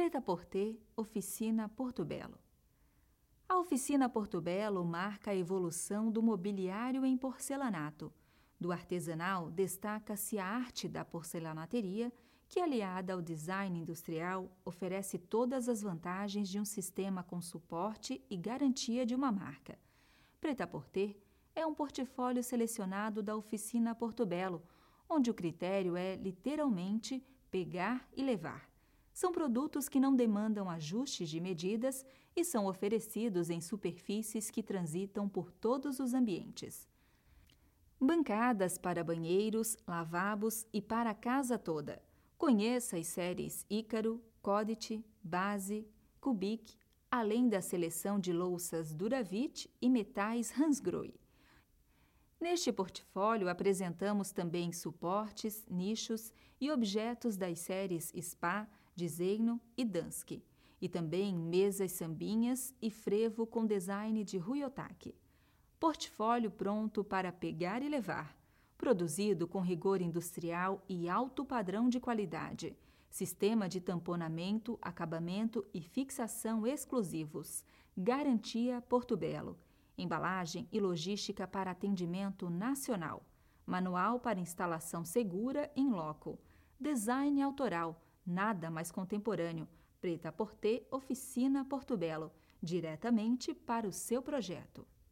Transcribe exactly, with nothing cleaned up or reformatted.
Prêt-à-porter, Oficina Porto Belo. A Oficina Porto Belo marca a evolução do mobiliário em porcelanato. Do artesanal, destaca-se a arte da porcelanateria, que, aliada ao design industrial, oferece todas as vantagens de um sistema com suporte e garantia de uma marca. Prêt-à-porter é um portfólio selecionado da Oficina Porto Belo, onde o critério é, literalmente, pegar e levar. São produtos que não demandam ajustes de medidas e são oferecidos em superfícies que transitam por todos os ambientes. Bancadas para banheiros, lavabos e para a casa toda. Conheça as séries Ícaro, Codit, Base, Cubic, além da seleção de louças Duravit e metais Hansgrohe. Neste portfólio apresentamos também suportes, nichos e objetos das séries Spa, Disegno e Danske, e também mesas sambinhas e frevo com design de Rui Otaki. Portfólio pronto para pegar e levar, produzido com rigor industrial e alto padrão de qualidade, sistema de tamponamento, acabamento e fixação exclusivos, garantia Porto Belo, embalagem e logística para atendimento nacional, manual para instalação segura em loco, design autoral, nada mais contemporâneo, Prêt-à-porter Oficina Porto Belo, diretamente para o seu projeto.